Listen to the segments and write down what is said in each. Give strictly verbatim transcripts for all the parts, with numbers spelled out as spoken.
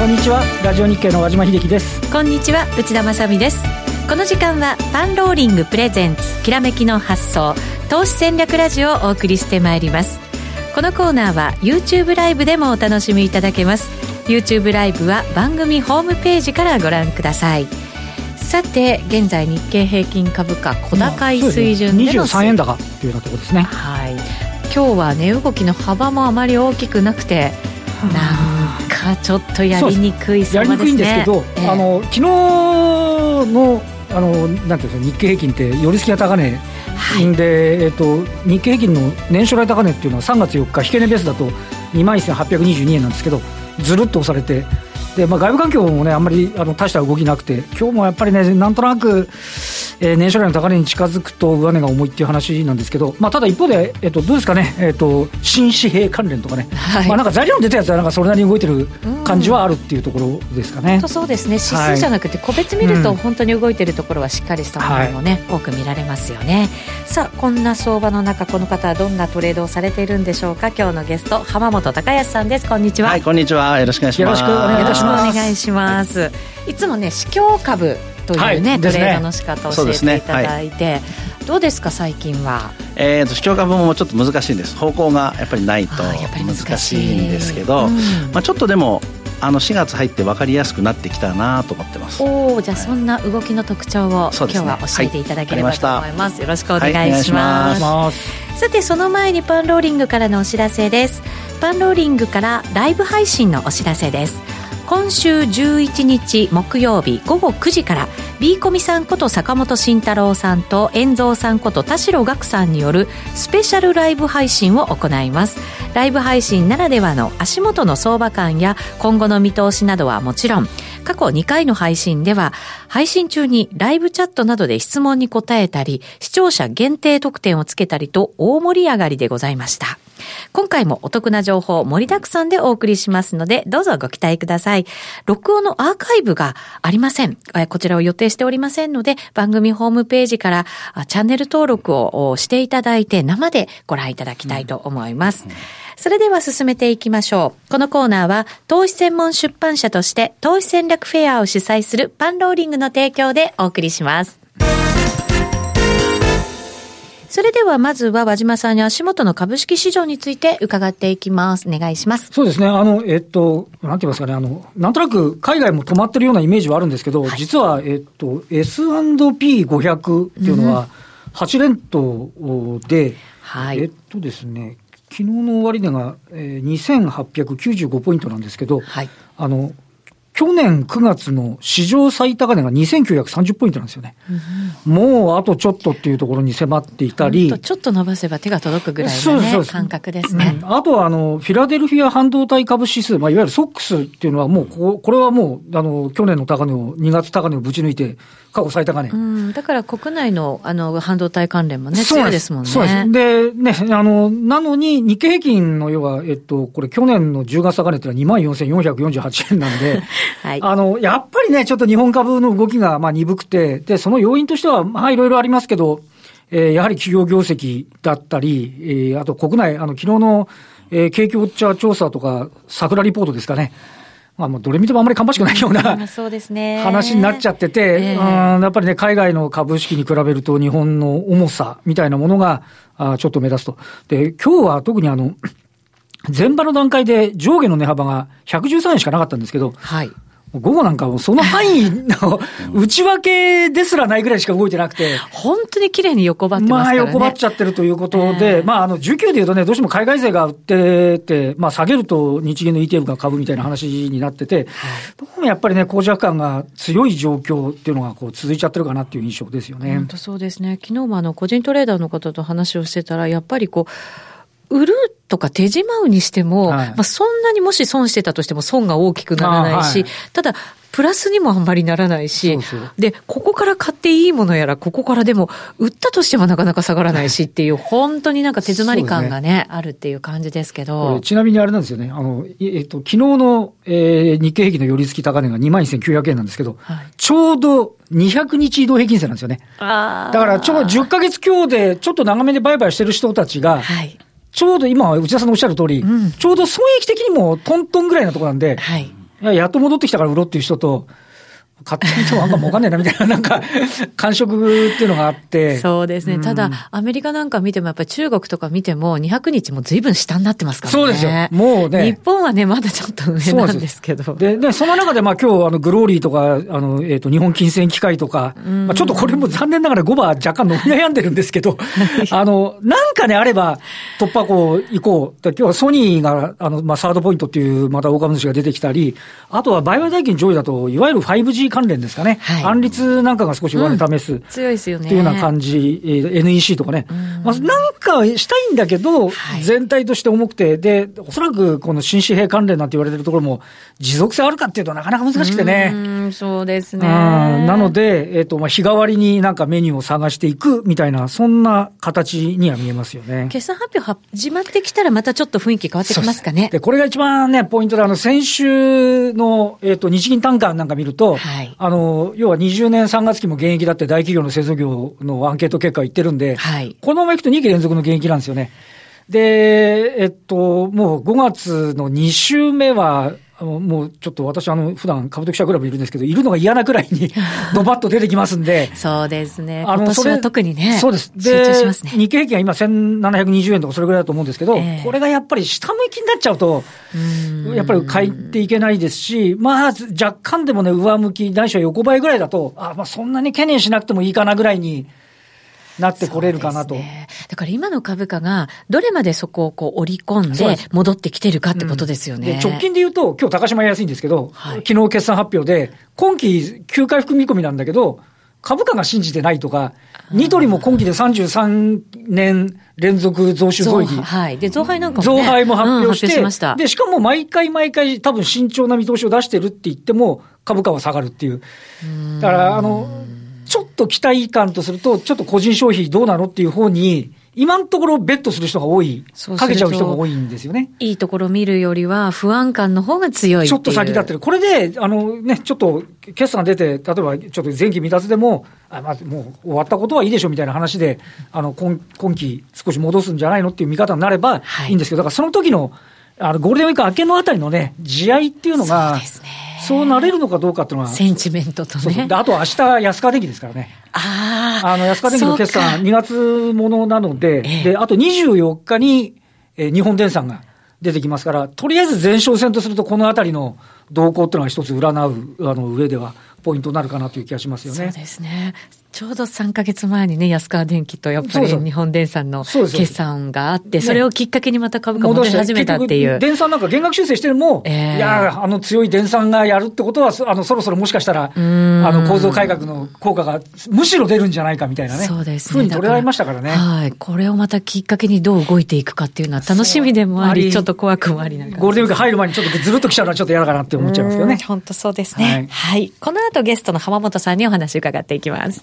こんにちは、ラジオ日経の和島秀樹です。 こんにちは、内田まさみです。この時間はパンローリングプレゼンツきらめきの発想投資戦略ラジオをお送りしてまいります。このコーナーは YouTube ライブでもお楽しみいただけます。 YouTube ライブは番組ホームページからご覧ください。さて現在日経平均株価小高い水準での、 にじゅうさんえん高というようなところですね。 はい、今日は値動きの幅もあまり大きくなくて、なんかちょっとやりにくい相場ですね。やりにくいんですけど、えー、あの昨日のあのなんていうんですか、日経平均って寄り付きが高値、はい、で、えー、と日経平均の年初来高値っていうのはさんがつよっか引け値ベースだと にまんせんはっぴゃくにじゅうにえんなんですけど、ずるっと押されて、で、まあ、外部環境もねあんまりあの大した動きなくて、今日もやっぱりねなんとなく、えー、年初来の高値に近づくと上値が重いっていう話なんですけど、まあ、ただ一方で、えー、とどうですかね、えー、と新紙幣関連とかね、はい、まあ、なんか材料に出たやつはなんかそれなりに動いてる感じはあるっていうところですかね。 そうですね、指数じゃなくて個別見ると本当に動いてるところはしっかりしたものもね、はい、多く見られますよね。さあこんな相場の中、この方はどんなトレードをされているんでしょうか。今日のゲスト浜本孝康さんです。こんにちは。 はい、こんにちは。よろしくお願いします。 よろしくお願いいたします。 よろしくお願いします、はい、いつもね市況株というね、はい、トレードの仕方を教えていただいて、ね、はい、どうですか最近は。 えー、と市況株もちょっと難しいんです。方向がやっぱりないと難しいんですけど、うん、まあ、ちょっとでもあのしがつ入って分かりやすくなってきたなと思ってます。 お、じゃあそんな動きの特徴を、はい、今日は教えていただければと思います、はい、よろしくお願いします、はい、さてその前にパンローリングからのお知らせです。パンローリングからライブ配信のお知らせです。今週じゅういちにち木曜日ごごくじから B コミさんこと坂本慎太郎さんと遠蔵さんこと田代岳さんによるスペシャルライブ配信を行います。ライブ配信ならではの足元の相場感や今後の見通しなどはもちろん、過去にかいの配信では配信中にライブチャットなどで質問に答えたり、視聴者限定特典をつけたりと大盛り上がりでございました。今回もお得な情報盛りだくさんでお送りしますので、どうぞご期待ください。録音のアーカイブがありません。こちらを予定しておりませんので、番組ホームページからチャンネル登録をしていただいて生でご覧いただきたいと思います、うんうん、それでは進めていきましょう。このコーナーは投資専門出版社として投資戦略フェアを主催するパンローリングの提供でお送りします。それではまずは和島さんに足元の株式市場について伺っていきます。お願いします。 そうですね。あの、えっと、なんて言いますかね、あの、なんとなく海外も止まってるようなイメージはあるんですけど、はい、実は、えっと、エスアンドピーごひゃく っていうのははち連投で、 はい、 えっとですね、昨日の終値が、えー、にせんはっぴゃくきゅうじゅうごポイントなんですけど、はい、あの、去年くがつの史上最高値がにせんきゅうひゃくさんじゅうポイントなんですよね、うん、もうあとちょっとっていうところに迫っていたり、 ちょっと伸ばせば手が届くぐらいの、ね、感覚ですね、 うん、あとはあのフィラデルフィア半導体株指数、まあ、いわゆるソックスっていうのはもうここれはもうあの去年の高値をにがつ高値をぶち抜いて過去最高値、 うん、だから国内 の, あの半導体関連もね強いですもんね。 そうです。でね、あのなのに日経平均の要は、えっと、これ去年のじゅうがつ高値っていうのは にまんよんせんよんひゃくよんじゅうはちえんなんで、はい、あのやっぱりねちょっと日本株の動きがまあ鈍くて、でその要因としてはまあいろいろありますけど、えー、やはり企業業績だったり、えー、あと国内あの昨日の、えー、景気ウォッチャー調査とか桜リポートですかね、まあ、もうどれ見てもあんまり芳しくないようなそうですね話になっちゃってて、えー、うんやっぱりね海外の株式に比べると日本の重さみたいなものがあちょっと目立つと。で今日は特にあの前場の段階で上下の値幅がひゃくじゅうさんえんしかなかったんですけど、はい、午後なんかもその範囲の内訳ですらないぐらいしか動いてなくて本当に綺麗に横ばってますからね。 まあ横ばっちゃってるということで、えー、まああのじゅうきゅうで言うとねどうしても海外勢が売ってて、まあ下げると日銀の イーティーエフ が株みたいな話になってて、はい、どうもやっぱりね膠着感が強い状況っていうのがこう続いちゃってるかなっていう印象ですよね。 本当そうですね。昨日もあの個人トレーダーの方と話をしてたらやっぱりこう売るとか手締まうにしても、はいまあ、そんなにもし損してたとしても損が大きくならないし、はい、ただプラスにもあんまりならないし、そうそうでここから買っていいものやらここからでも売ったとしてもなかなか下がらないしっていう本当になんか手詰まり感が ね, ねあるっていう感じですけど、 ちなみにあれなんですよね、あの、えっと、昨日の、えー、日経平均の寄り付き高値が にまんせんきゅうひゃくえんなんですけど、はい、ちょうどにひゃくにち移動平均線なんですよね。あだからちょうどじゅっかげつ強でちょっと長めで売買してる人たちが、はいちょうど今、内田さんのおっしゃる通り、うん、ちょうど損益的にもトントンぐらいのところなんで、はいいや、やっと戻ってきたから売ろうっていう人と、買ってみてもあんま儲かんねえなみたいな、なんか、感触っていうのがあって。 そうですね。うん、ただ、アメリカなんか見ても、やっぱり中国とか見ても、にひゃくにちも随分下になってますからね。 そうですよ。もうね。 日本はね、まだちょっと上なんですけど。 で、で、その中で、まあ今日、あの、グローリーとか、あの、えっと、日本金銭機械とか、まあちょっとこれも残念ながらごば若干伸び悩んでるんですけど、あの、なんかね、あれば、突破口行こう。今日はソニーが、あの、まあサードポイントっていう、また大株主が出てきたり、あとは売買代金上位だと、いわゆる ファイブジー 関連ですかね。はい、安立なんかが少し上値試す、うん、 強いですよね。 っていうような感じ、エヌイーシー とかね。まあ、なんかしたいんだけど、はい、全体として重くて、で、おそらくこの新紙幣関連なんて言われてるところも持続性あるかっていうとなかなか難しくてね。 うん、そうですね。 なので、えっと、まあ、日替わりになんかメニューを探していくみたいな、そんな形には見えますよね。 決算発表始まってきたらまたちょっと雰囲気変わってきますかね。 で、これが一番ね、ポイントで、あの、先週の、えっと、日銀短観なんか見ると、はい、あの、要はにじゅうねんさんがつ期も現役だって大企業の製造業のアンケート結果言ってるんで、はい、このままいくとにき連続の現役なんですよね。で、えっと、もうごがつのに週目は、もうちょっと私あの普段株と記者クラブいるんですけど、いるのが嫌なくらいにドバッと出てきますんで。 そうですね。あの、今年は特にね。 そうです。で、集中しますね。日経平均は今せんななひゃくにじゅうえんとかそれぐらいだと思うんですけど、えー、これがやっぱり下向きになっちゃうと、やっぱり買っていけないですし、まあ若干でもね、上向き、ないしは横ばいぐらいだと、あ、まあそんなに懸念しなくてもいいかなぐらいに、なってこれるかなと。 ね、だから今の株価がどれまでそこをこう織り込んで戻ってきてるかってことですよね。 うん、で直近で言うと、今日高島安いんですけど、はい、昨日決算発表で、今期急回復見込みなんだけど、株価が信じてないとか、ニトリも今期でさんじゅうさんねん連続増収増益。 はい。で、増配なんかも、ね、増配も発表して、うん、 発表しました。 で、しかも毎回毎回多分慎重な見通しを出してるって言っても、株価は下がるっていう。だから、あの、ちょっと期待感とすると、ちょっと個人消費どうなのっていう方に、今のところベットする人が多い、かけちゃう人が多いんですよね。 いいところ見るよりは不安感の方が強いっていう。 ちょっと先立ってる。これで、あのね、ちょっと決算出て、例えばちょっと前期未達でも、あ、まあ、もう終わったことはいいでしょみたいな話で、あの、今、今期少し戻すんじゃないのっていう見方になればいいんですけど、はい、だからその時の、あの、ゴールデンウィーク明けのあたりのね、地合いっていうのが、そうですね。そうなれるのかどうかっていうのは。 センチメントとね。そうそう。 で、あと明日安川電機ですからね。 ああ。 あの、安川電機の決算にがつものなので、ええ、で、あとにじゅうよっかに、えー、日本電産が出てきますから、とりあえず前哨戦とするとこのあたりの動向っていうのは一つ占う、あの、上ではポイントになるかなという気がしますよね。 そうですね。ちょうどさんかげつまえにね、安川電機とやっぱり日本電産の決算があって、それをきっかけにまた株価戻し始めたっていう。 電産なんか減額修正してるも、えー、いや、あの強い電産がやるってことは、あの、そろそろもしかしたら、あの、構造改革の効果がむしろ出るんじゃないかみたいなね。 そうですね。 ふうに取れられましたからね。 はい。これをまたきっかけにどう動いていくかっていうのは楽しみでもあり、ちょっと怖くもありながら。 ゴールデンウィーク入る前にちょっとずるっと来ちゃうのはちょっと嫌だかなって思っちゃいますけどね。 本当そうですね。はい。はい。この後ゲストの浜本さんにお話伺っていきます。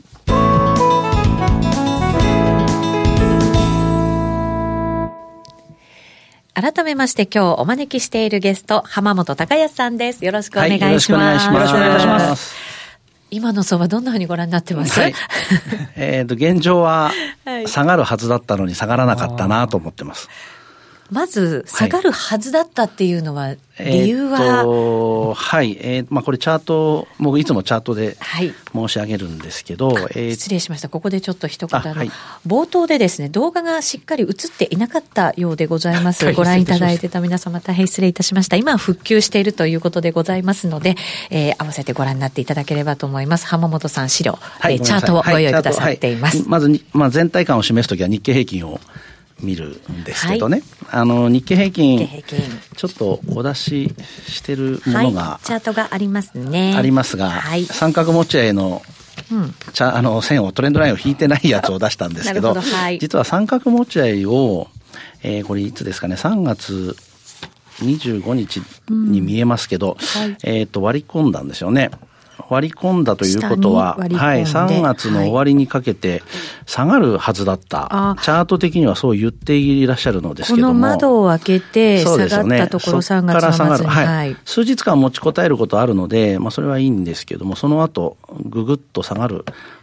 改めまして今日お招きしているゲスト浜本隆康さんです。よろしくお願いします。はい、よろしくお願いします。 よろしくお願いいたします。 今の相場どんなふうにご覧になってます？はい、 えっと現状は下がるはずだったのに下がらなかったなと思ってます。 まず下がるはずだったっていうのは理由は、 えーとはい、えーまあ、これチャート僕いつもチャートで申し上げるんですけど、はいえー、失礼しました。ここでちょっと一言、はい、冒頭でですね動画がしっかり映っていなかったようでございます。ご覧いただいてた皆様大変失礼いたしました。今は復旧しているということでございますので、えー、合わせてご覧になっていただければと思います。浜本さん資料、はいえー、チャートをご用意くださっています。はい、 まず、まあ、全体感を示すときは日経平均を見るんですけどね、はい、あの日経平均日経平均ちょっとお出ししてるものが、 はい、チャートがありますねありますが、はい、三角持ち合いの、うん、チャあの線をトレンドラインを引いてないやつを出したんですけど、どはい、実は三角持ち合いを、えー、これいつですかねさんがつにじゅうごにちに見えますけど、うんはいえー、と割り込んだんですよね。割り込んだということは、はい、さんがつの終わりにかけて下がるはずだった、はい、チャート的にはそう言っていらっしゃるのですけども、この窓を開けて下がったところ、ね、さんがつの末に、 はいはい、数日間持ちこたえることあるので、まあ、それはいいんですけども、その後ぐぐっと下がる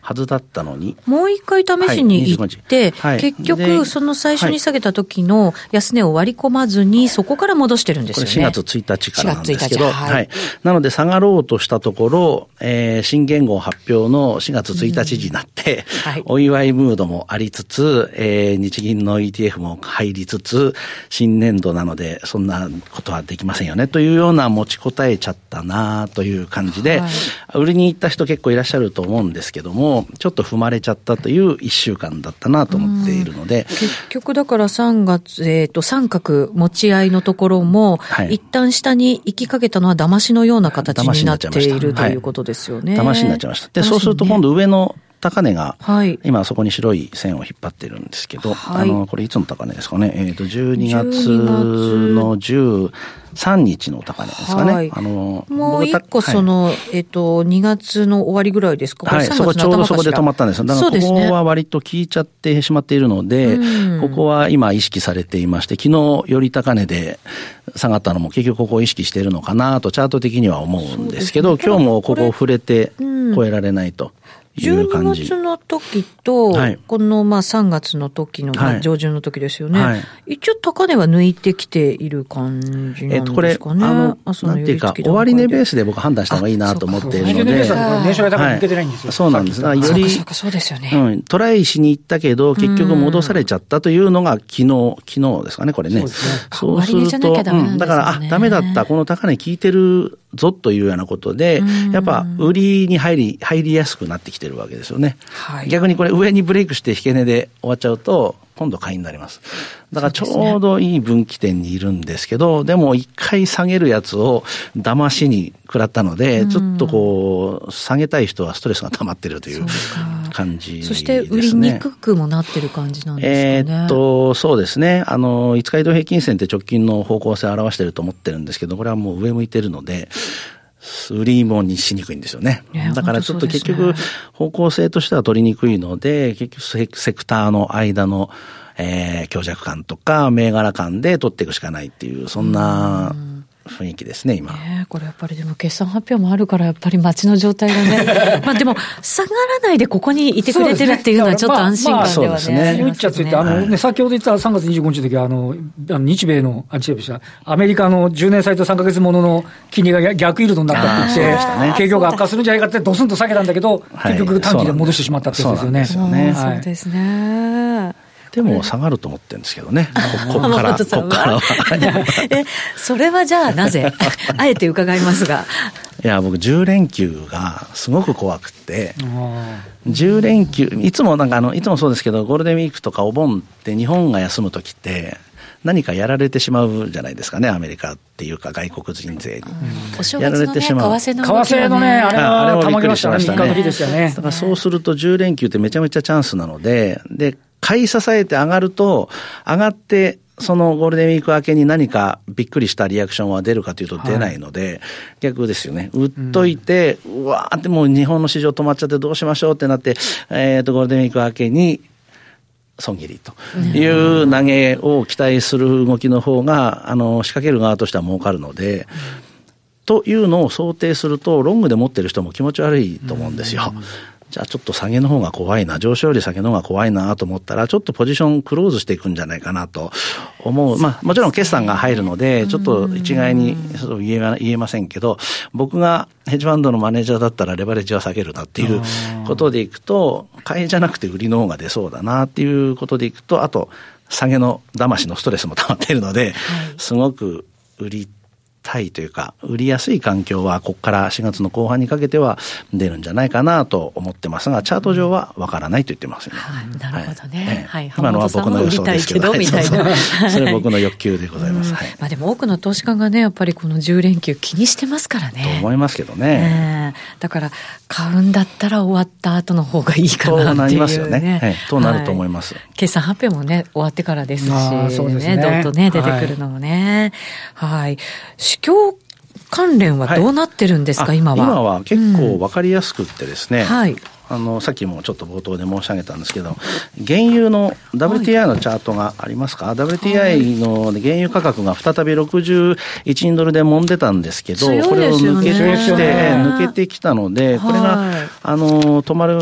はずだったのに、 もう一回試しに行って、はい、結局その最初に下げた時の安値を割り込まずにそこから戻してるんですよね。 これしがつついたちからなんですけど、はいはい、なので下がろうとしたところ、えー、新元号発表のしがつついたちになって、うんはい、お祝いムードもありつつ、えー、日銀の イーティーエフ も入りつつ、新年度なのでそんなことはできませんよねというような持ちこたえちゃったなという感じで、はい、売りに行った人結構いらっしゃると思うんですけども、ちょっと踏まれちゃったといういっしゅうかんだったなと思っているので、 結局だからさんがつ、えー、と三角持ち合いのところも、はい、一旦下に行きかけたのは騙しのような形になっているということですよね。 騙しになっちゃいました。で、そうすると今度上の高値が、はい、今そこに白い線を引っ張ってるんですけど、はい、あのこれいつの高値ですかね、えー、とじゅうにがつのじゅうさんにちの高値ですかね、はい、あのもう一個その、はい、えっ、ー、とにがつの終わりぐらいですか、 はい、そこちょうどそこで止まったんです。だからここは割と効いちゃってしまっているので、うん、ここは今意識されていまして、昨日より高値で下がったのも結局ここを意識しているのかなとチャート的には思うんですけど、ね、今日もここを触れて超えられないと。じゅうにがつの時と、はい、このまあさんがつの時の、まあ、上旬の時ですよね、はい、一応高値は抜いてきている感じなんですかね。えっと、これ、あの、 なんていうか、終値ベースで僕判断した方がいいなと思っているので、 年初来高値抜けてないんですよ。 そうなんですが、より、 そうですよね。 うん、トライしに行ったけど、結局戻されちゃったというのが昨日、昨日ですかね、これね。そうですね。 そうすると、うん、 だから、あ、ダメだった、この高値効いてるぞというようなことで、やっぱ売りに入り、入りやすくなってきてるわけですよね。はい、逆にこれ上にブレイクして引け値で終わっちゃうと今度買いになります。だからちょうどいい分岐点にいるんですけど、でも一回下げるやつを騙しに食らったので、ちょっとこう下げたい人はストレスが溜まってるという感じですね。 そして売りにくくもなってる感じなんですかね。 えー、っとそうですね、あのいつか移動平均線って直近の方向性を表していると思ってるんですけど、これはもう上向いてるので売りもにしにくいんですよね。だからちょっと結局方向性としては取りにくいので、結局セクターの間の、えー、強弱感とか銘柄感で取っていくしかないっていう、そんな雰囲気ですね今。 ね、これやっぱりでも決算発表もあるからやっぱり街の状態がねまあでも下がらないでここにいてくれてるっていうのはちょっと安心感ではね。 そう言っちゃついて、あのね、先ほど言ったさんがつにじゅうごにちの時はあの日米のあ日米したアメリカのじゅうねん債とさんかげつものの金利が逆イールドになったって言って、景況が悪化するんじゃないかってドスンと下げたんだけど、はい、結局短期で戻してしまったってやつですよね。 そうですよね。そうですね。 でも下がると思ってるんですけどね。ここから、ここからは。 え、それはじゃあなぜあえて伺いますが。 いや、僕じゅうれんきゅうがすごく怖くて、じゅうれんきゅう、いつもなんかあの、いつもそうですけど、ゴールデンウィークとかお盆って日本が休むときって、何かやられてしまうじゃないですかね、アメリカっていうか外国人税に、やられてしまう。 為替の為替のね、あれはたまげましたね。みっかぶりですよね。 だからそうするとじゅうれんきゅうってめちゃめちゃチャンスなので、で買い支えて上がると、上がってそのゴールデンウィーク明けに何かびっくりしたリアクションは出るかというと出ないので、はい、逆ですよね。売っといて、うん、うわーってもう日本の市場止まっちゃってどうしましょうってなって、えっとゴールデンウィーク明けに損切りという投げを期待する動きの方が、あの仕掛ける側としては儲かるので、うん、というのを想定するとロングで持ってる人も気持ち悪いと思うんですよ。うん、じゃあちょっと下げの方が怖いな、上昇より下げの方が怖いなと思ったら、ちょっとポジションクローズしていくんじゃないかなと思う。まあもちろん決算が入るので、ちょっと一概に言え、言えませんけど、僕がヘッジファンドのマネージャーだったらレバレッジは下げるなっていうことでいくと、買いじゃなくて売りの方が出そうだなっていうことでいくと、あと下げの騙しのストレスも溜まっているので、すごく売りたいというか売りやすい環境はここからしがつの後半にかけては出るんじゃないかなと思ってますが、チャート上はわからないと言ってますね。 はい、なるほどね。はい、 今のは僕の予想ですけど、 みたいな。 それ僕の欲求でございます。はい、 まあでも多くの投資家がね、やっぱりこのじゅうれんきゅう気にしてますからね。 と思いますけどね。 ね、だから買うんだったら終わった後の方がいいかなっていうね。 となりますよね。はい、となると思います。はい、 決算発表もね終わってからですし、ね、そうですね。どんとね出てくるのもね。はい。はい、市況関連はどうなってるんですか、はい、今は。 今は結構分かりやすくってですね、うん、 はい、 あのさっきもちょっと冒頭で申し上げたんですけど、原油の ダブリューティーアイ のチャートがありますか、はい、ダブリューティーアイ の原油価格が再びろくじゅういちえんドルで揉んでたんですけど、 ね、 これを抜けてきて抜けてきたので、これが、はい、あの止まる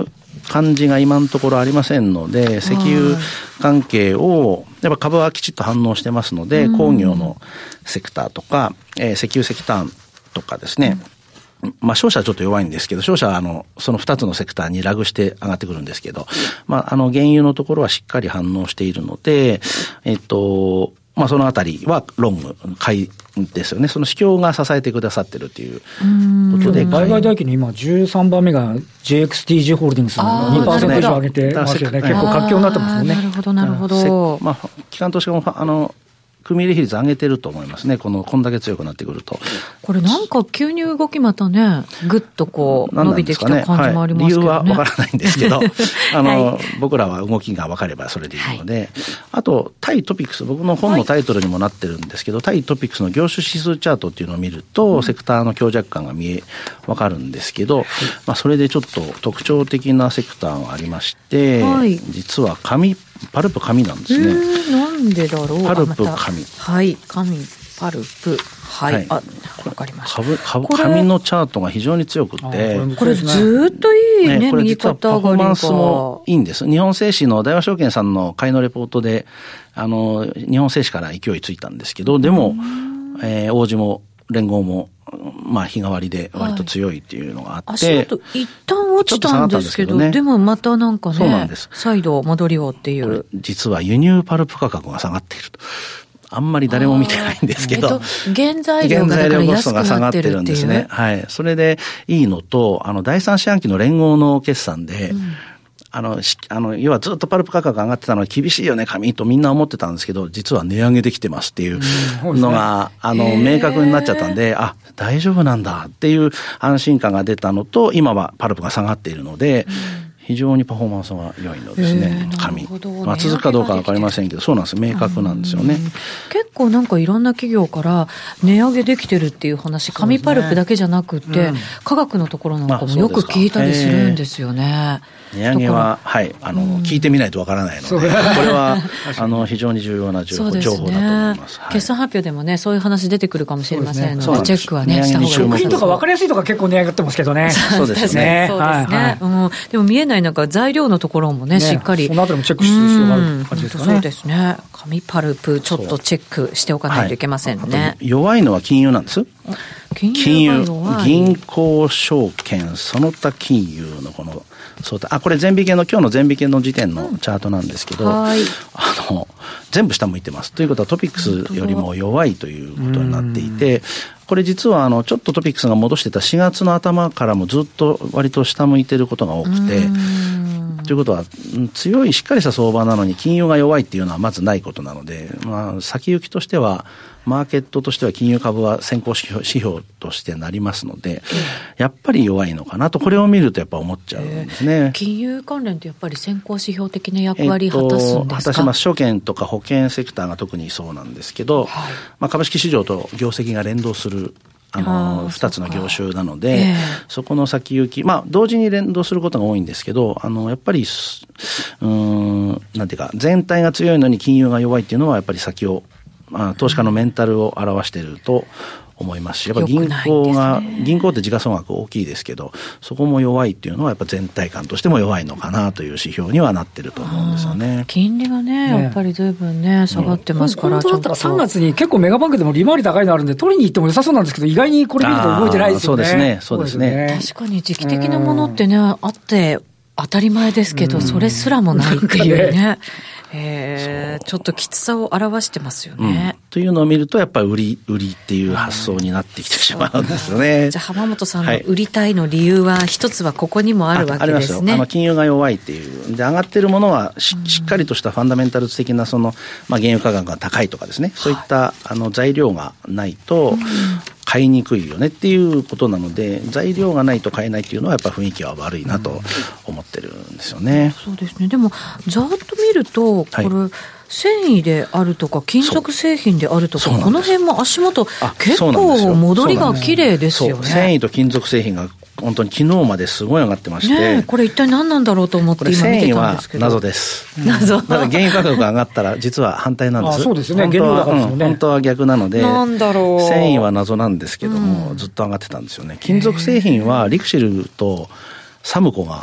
感じが今のところありませんので、石油関係をやっぱ株はきちっと反応してますので、工業のセクターとか、えー、石油石炭とかですね、まあ商社はちょっと弱いんですけど、商社はあのそのふたつのセクターにラグして上がってくるんですけど、まああの原油のところはしっかり反応しているので、えっとまあそのあたりはロング買いですよね。その市況が支えてくださってるということで、 売買代金の今じゅうさんばんめが ジェイエックスティージー ホールディングスの にパーセント 以上上げてますよね。結構活況になってますよね。 なるほどなるほど。 まあ機関投資家もあの組入れ比率上げてると思いますね。この、こんだけ強くなってくると。 これなんか急に動きまたね、ぐっとこう、伸びてきた感じもありますけどね。 はい、理由はわからないんですけど、あの、はい、僕らは動きがわかればそれでいいので、はい、あと、対トピックス、僕の本のタイトルにもなってるんですけど、はい、対トピックスの業種指数チャートっていうのを見ると、うん、セクターの強弱感が見え、わかるんですけど、はい、まあ、それでちょっと特徴的なセクターがありまして、はい、実は紙、パルプ紙なんですね。 えー、なんでだろう。 パルプ紙。 はい。紙、パルプ。はい。はい、あ、わかりました。 株、株、紙のチャートが非常に強くて。 これずっといいね、ね、右肩上がりが。 パフォーマンスもいいんです。日本製紙の大和証券さんの買いのレポートで、あの、日本製紙から勢いついたんですけど、でも、えー、王子も連合も、まあ日替わりで割と強いっていうのがあって、はい、 足元一旦落ちたんですけど、でもまたなんかね、そうなんです。再度戻りをっていう。 実は輸入パルプ価格が下がっていると。あんまり誰も見てないんですけど、 えっと、原材料がだから安くなってるっていう。 ですね。はい。それでいいのと、あの第三四半期の連合の決算で、うん、あの、あの、要はずっとパルプ価格が上がってたのは厳しいよね、紙とみんな思ってたんですけど、実は値上げできてますっていうのが、うん、あの、明確になっちゃったんで、あ、大丈夫なんだっていう安心感が出たのと、今はパルプが下がっているので、うん、非常にパフォーマンスが良いのですね、紙。まあ、続くかどうかわかりませんけど、そうなんです。明確なんですよね。 結構なんかいろんな企業から値上げできてるっていう話、紙パルプだけじゃなくて、うん、科学のところなんかもよく聞いたりするんですよね。 値上げは、はい、あの、うん、聞いてみないとわからないので、これは、あの、非常に重要な情報、ね、情報だと思います。はい、 決算発表でもね、そういう話出てくるかもしれませんので、チェックはね、した方がいい。 食品とかわかりやすいとか結構値上がってますけどね。 そうですね。 そうですね。うん。でも見えないなんか材料のところもね、しっかり。 そのあたりもチェックしてる必要がある感じですかね。 そうですね。紙パルプ、ちょっとチェックしておかないといけませんね。はい、 弱いのは金融なんです。 金融。 銀行証券、その他金融のこの、そうだ、あ、これ全引けの、今日の全引けの時点のチャートなんですけど、うん、はい、あの、全部下向いてます。ということはトピックスよりも弱いということになっていて、これ実はあの、ちょっとトピックスが戻してたしがつの頭からもずっと割と下向いてることが多くて、ということは、強いしっかりした相場なのに金融が弱いっていうのはまずないことなので、まあ、先行きとしては、マーケットとしては金融株は先行指標、指標としてなりますので、やっぱり弱いのかなと、これを見るとやっぱ思っちゃうんですね。 えー、金融関連ってやっぱり先行指標的な役割を果たすんですか？えー、 果たします。証券とか保険セクターが特にそうなんですけど、はい、まあ、株式市場と業績が連動するあの、二つの業種なので、えー、そこの先行き、まあ、同時に連動することが多いんですけど、あの、やっぱり、うーん、なんていうか、全体が強いのに金融が弱いっていうのは、やっぱり先を、まあ、投資家のメンタルを表していると思いますし、やっぱり銀行が、ね、銀行って時価総額大きいですけど、そこも弱いっていうのはやっぱ全体感としても弱いのかなという指標にはなってると思うんですよね。 金利がね、やっぱり随分ね、下がってますから、うん、 本当だったらさんがつに結構メガバンクでも利回り高いのあるんで、取りに行っても良さそうなんですけど、意外にこれ見ると動いてないですよね。 そうですね、そうですね。 確かに時期的なものってね、あって当たり前ですけど、それすらもないっていうね。えー、ちょっときつさを表してますよね、 うん、というのを見るとやっぱり売り売りっていう発想になってきてしまうんですよね。 じゃあ浜本さんの売りたいの理由は一つはここにもあるわけですね。 あ, ありますよ。 あの金融が弱いっていうで上がってるものは し, しっかりとしたファンダメンタル的なその、まあ、原油価格が高いとかですね、そういった、はい、あの材料がないと、うん、買いにくいよねっていうことなので、材料がないと買えないっていうのはやっぱ雰囲気は悪いなと思ってるんですよね、 うん、そうですね。でもざっと見るとこれ、はい、繊維であるとか金属製品であるとか、この辺も足元結構戻りが綺麗ですよね。 繊維と金属製品が本当に昨日まですごい上がってまして、 ね、これ一体何なんだろうと思って今見てたんですけど、 繊維は謎です。 謎。 だから原油価格が上がったら実は反対なんです。 あ、そうですね。 本当は、うん、本当は逆なので、 なんだろう。 繊維は謎なんですけども、うん、ずっと上がってたんですよね。金属製品はリクシルとサムコが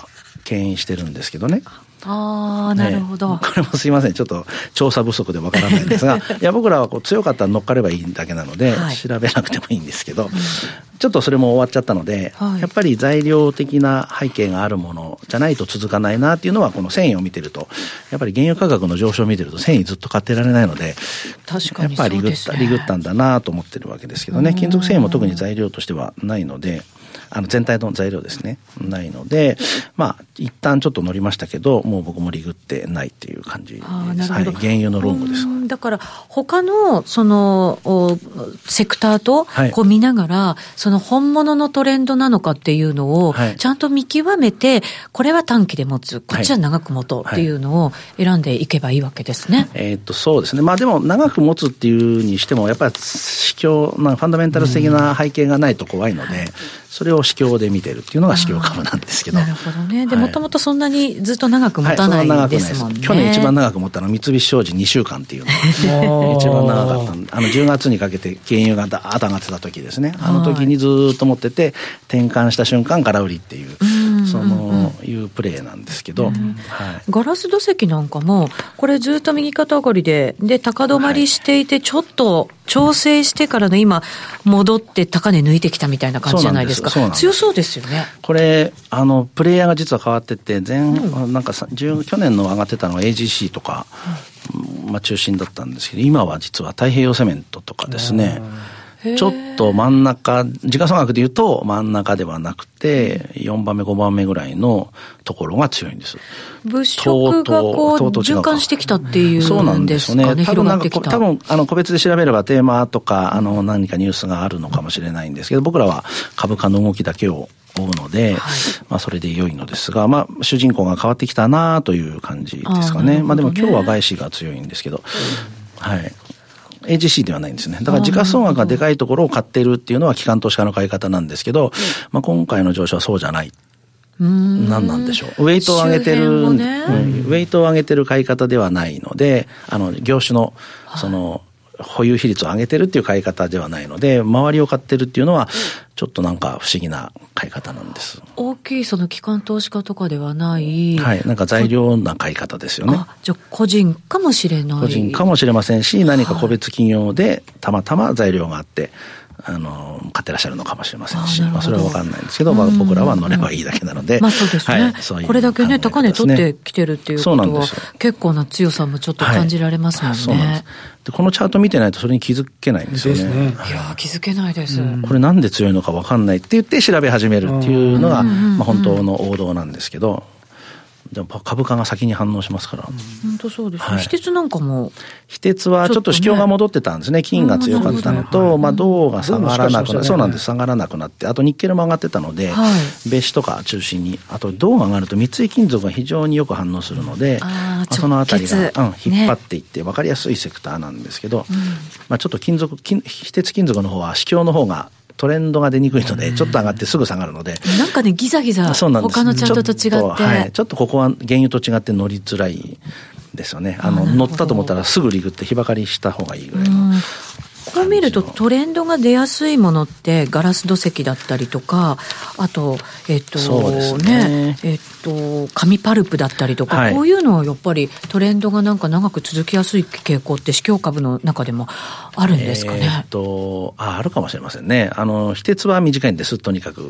牽引してるんですけどね。 ああ、なるほど、 ね、これもすいません、ちょっと調査不足でわからないんですがいや僕らはこう強かったら乗っかればいいだけなので、はい、調べなくてもいいんですけど、うん、ちょっとそれも終わっちゃったので、はい、やっぱり材料的な背景があるものじゃないと続かないなっていうのは、この繊維を見てると、やっぱり原油価格の上昇を見てると繊維ずっと買ってられないので、 確かにやっぱりリグった、リグったんだなと思ってるわけですけどね。金属繊維も特に材料としてはないので、あの全体の材料ですね、ないので、まあ一旦ちょっと乗りましたけど、もう僕もリグってないっていう感じです。はい、原油のロングです。 だから他のそのセクターとこう見ながら、はい、その本物のトレンドなのかっていうのをちゃんと見極めて、はい、これは短期で持つ、こっちは長く持とうっていうのを選んでいけばいいわけですね。 はいはい、えー、っとそうですね。まあでも長く持つっていうにしても、やっぱり市況、まあ、ファンダメンタル的な背景がないと怖いので、うん、それを市況で見てるっていうのが市況株なんですけど。 なるほどね。で、もともとそんなにずっと長く持たないですもんね。はい、 去年一番長く持ったのは三菱商事にしゅうかんっていうのが一番長かったんで、あのじゅうがつにかけて原油がダーッと上がってた時ですね。あの時にずっと持ってて、転換した瞬間から売りっていう、そのいうプレーなんですけど、はい、 ガラス土石なんかもこれずっと右肩上がりで、で高止まりしていて、ちょっと調整してからの今戻って高値抜いてきたみたいな感じじゃないですか。そうなんです。強そうですよね。 これあのプレイヤーが実は変わってて、前、うん、なんか去年の上がってたのは エージーシー とか、うん、まあ、中心だったんですけど、今は実は太平洋セメントとかですね、ちょっと真ん中、時価総額で言うと真ん中ではなくて、よんばんめごばんめぐらいのところが強いんです。 物色がこう循環してきたっていうんですかね。そうなんですね。 多分なんか多分あの個別で調べればテーマとかあの何かニュースがあるのかもしれないんですけど、僕らは株価の動きだけを追うので、はい、まあそれで良いのですが、まあ主人公が変わってきたなという感じですかね。ね、まあでも今日は外資が強いんですけど、うん、はい。エージーシー ではないんですね。だから時価総額がでかいところを買っているっていうのは機関投資家の買い方なんですけど、まあ今回の上昇はそうじゃない。何なんでしょう。ウェイトを上げてる、ね、うん、ウェイトを上げてる買い方ではないので、あの業種のその保有比率を上げてるっていう買い方ではないので、周りを買ってるっていうのはちょっとなんか不思議な買い方なんです。 大きいその機関投資家とかではない、 はい、なんか材料な買い方ですよね。 あ、じゃあ個人かもしれない。 個人かもしれませんし、何か個別企業でたまたま材料があって、あの買ってらっしゃるのかもしれませんし、あ、まあ、それは分かんないんですけど、まあ、僕らは乗ればいいだけなので、 まあそうですね、はい、そういうこれだけね高値取ってきてるっていうことは結構な強さもちょっと感じられますもんね。はい、そうなんです。 でこのチャート見てないとそれに気づけないんですよね。 ですね。いや気づけないです、うん、 これなんで強いのか分かんないって言って調べ始めるっていうのが、まあ、本当の王道なんですけど、でも株価が先に反応しますから。 本当そうですね。はい、非鉄なんかも。 非鉄はちょっと市況が戻ってたんですね。金が強かったのと、まあ銅が下がらなくなって、そうなんです。下がらなくなって、あとニッケルも上がってたので、はい、ベーシとか中心に、あと銅が上がると三井金属が非常によく反応するので、あまあ、そのあたりが、うん、引っ張っていって分かりやすいセクターなんですけど、うん、まあちょっと金属、金非鉄金属の方は市況の方がトレンドが出にくいので、ちょっと上がってすぐ下がるので、 なんかねギザギザ他のチャートと違って、ちょっと、 はい、ちょっとここは原油と違って乗りづらいですよね。あの乗ったと思ったらすぐリグって日ばかりした方がいいぐらいの。 こう見るとトレンドが出やすいものってガラス土石だったりとか、あとえっとそうですね、 えっと紙パルプだったりとか、はい、こういうのはやっぱりトレンドがなんか長く続きやすい傾向って市況株の中でもあるんですかね。 えっとああるかもしれませんね。あの非鉄は短いんですとにかく、うん、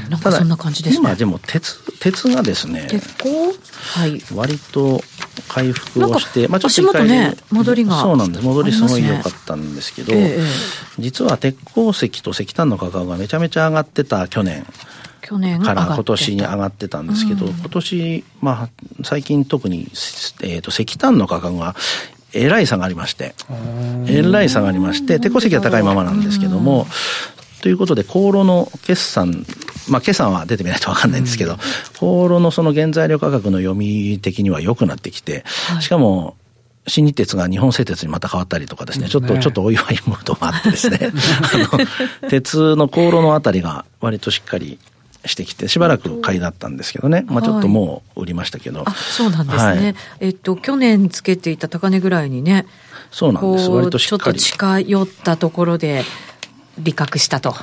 なんかそんな感じですね。 今でも鉄鉄がですね鉄鋼、はい、 割と回復をして、 まあ、ちょっと足元ね戻りがそうなんです。戻りすごい良かったんですけど、ええ、実は鉄鉱石と石炭の価格がめちゃめちゃ上がってた去年去年から今年に上がってたんですけど、うん、今年、まあ、最近特に、えーと、石炭の価格がえらい差がありましてえらい差がありまして鉄鉱石は高いままなんですけども、ということで高炉の決算、まあ決算は出てみないと分かんないんですけど、うん、高炉のその原材料価格の読み的には良くなってきて、はい、しかも新日鉄が日本製鉄にまた変わったりとかですね、ちょっと、ちょっとお祝いムードもあってですね、あの、鉄の高炉のあたりが割としっかりしてきて、しばらく買いだったんですけどね、まあちょっともう売りましたけど。 あ、そうなんですね。はい、えっと、去年つけていた高値ぐらいにね、 そうなんです。割としっかり。 ちょっと近寄ったところで、利確したと。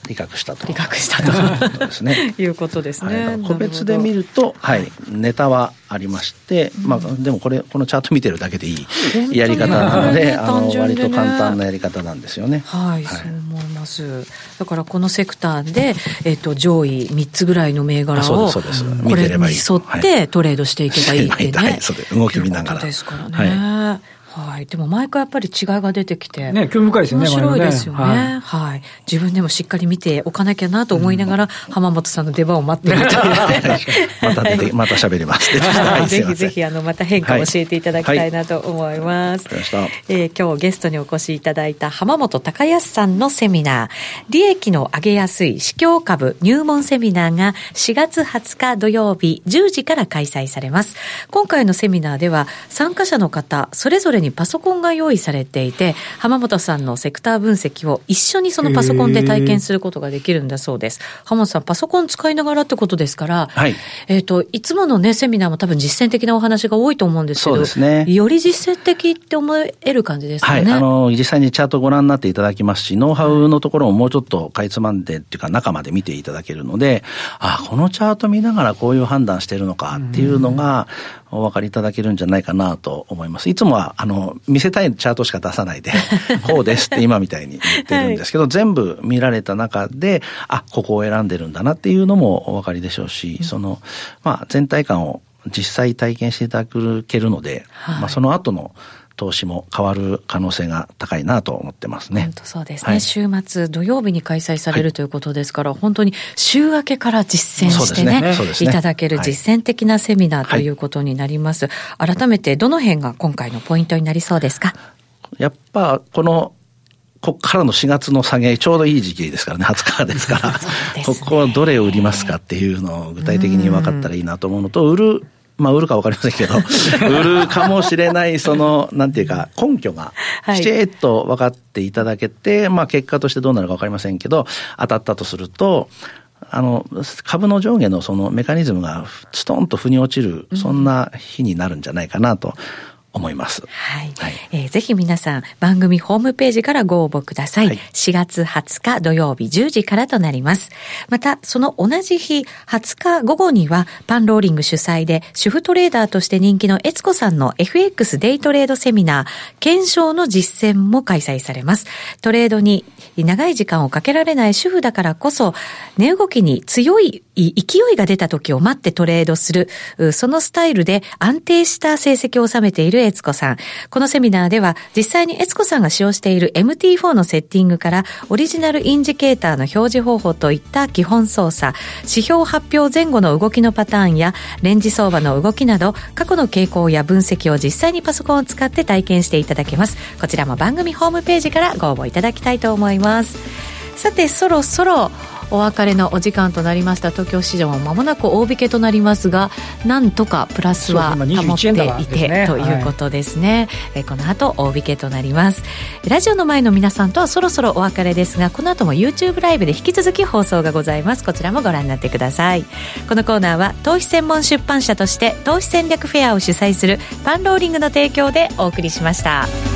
利確したと利確したとですねいうことですね、 はい、個別で見ると、はい、ネタはありまして、うんまあ、でもこれこのチャート見てるだけでいいやり方なので、ね、あの割と簡単なやり方なんですよね。 はい、はい、そう思います。だからこのセクターで、えー、と上位みっつぐらいの銘柄をこれに沿ってトレードしていけばいいってね、はいはい、 そうです動き見ながらですからね、はいはい、でも毎回やっぱり違いが出てきて、 ね、興味深いですよね。 面白いですよね、はいはい、自分でもしっかり見ておかなきゃなと思いながら、うん、浜本さんの出番を待ってるというまた出てまた喋りますぜひぜひあのまた変化を教えていただきたいなと思います、はいはいえー、今日ゲストにお越しいただいた浜本隆康さんのセミナー、利益の上げやすい市況株入門セミナーがしがつはつか土曜日じゅうじから開催されます。今回のセミナーでは参加者の方それぞれにパソコンが用意されていて、浜本さんのセクター分析を一緒にそのパソコンで体験することができるんだそうです。浜本さんパソコン使いながらってことですから、はいえー、といつもの、ね、セミナーも多分実践的なお話が多いと思うんですけど、そうですね、より実践的って思える感じですかね。 はい、あの実際にチャートをご覧になっていただきますし、ノウハウのところをもうちょっとかいつまんでっていうか中まで見ていただけるので、あこのチャート見ながらこういう判断してるのかっていうのがお分かりいただけるんじゃないかなと思います。いつもはあの見せたいチャートしか出さないでこうですって今みたいに言ってるんですけど、はい、全部見られた中であここを選んでるんだなっていうのもお分かりでしょうし、そのまあ全体感を実際体験していただけるので、はいまあ、その後の投資も変わる可能性が高いなと思ってますね。 本当そうですね、はい、週末土曜日に開催されるということですから、はい、本当に週明けから実践して ね, ね, ねいただける実践的なセミナーということになります、はい、改めてどの辺が今回のポイントになりそうですか。 やっぱこのここからのしがつの下げちょうどいい時期ですからね、はつかですからね、ここはどれを売りますかっていうのを具体的に分かったらいいなと思うのと、売るまあ売るか分かりませんけど売るかもしれないそのなんていうか根拠がきちっと分かっていただけて、はい、まあ結果としてどうなるか分かりませんけど当たったとするとあの株の上下のそのメカニズムがストンと腑に落ちる、そんな日になるんじゃないかなと思います。 はいはいえー、ぜひ皆さん番組ホームページからご応募ください、はい、しがつはつか土曜日じゅうじからとなります。またその同じ日はつか午後にはパンローリング主催で主婦トレーダーとして人気の悦子さんの エフエックス デイトレードセミナー検証の実践も開催されます。トレードに長い時間をかけられない主婦だからこそ値動きに強い勢いが出た時を待ってトレードする、そのスタイルで安定した成績を収めている悦子さん。このセミナーでは実際に悦子さんが使用している エムティーフォー のセッティングからオリジナルインジケーターの表示方法といった基本操作、指標発表前後の動きのパターンやレンジ相場の動きなど過去の傾向や分析を実際にパソコンを使って体験していただけます。こちらも番組ホームページからご応募いただきたいと思います。さてそろそろお別れのお時間となりました。東京市場も間もなく大引けとなりますが、なんとかプラスは保っていて、ね、ということですね、はい、この後大引けとなります。ラジオの前の皆さんとはそろそろお別れですが、この後も YouTube ライブで引き続き放送がございます。こちらもご覧になってください。このコーナーは投資専門出版社として投資戦略フェアを主催するパンローリングの提供でお送りしました。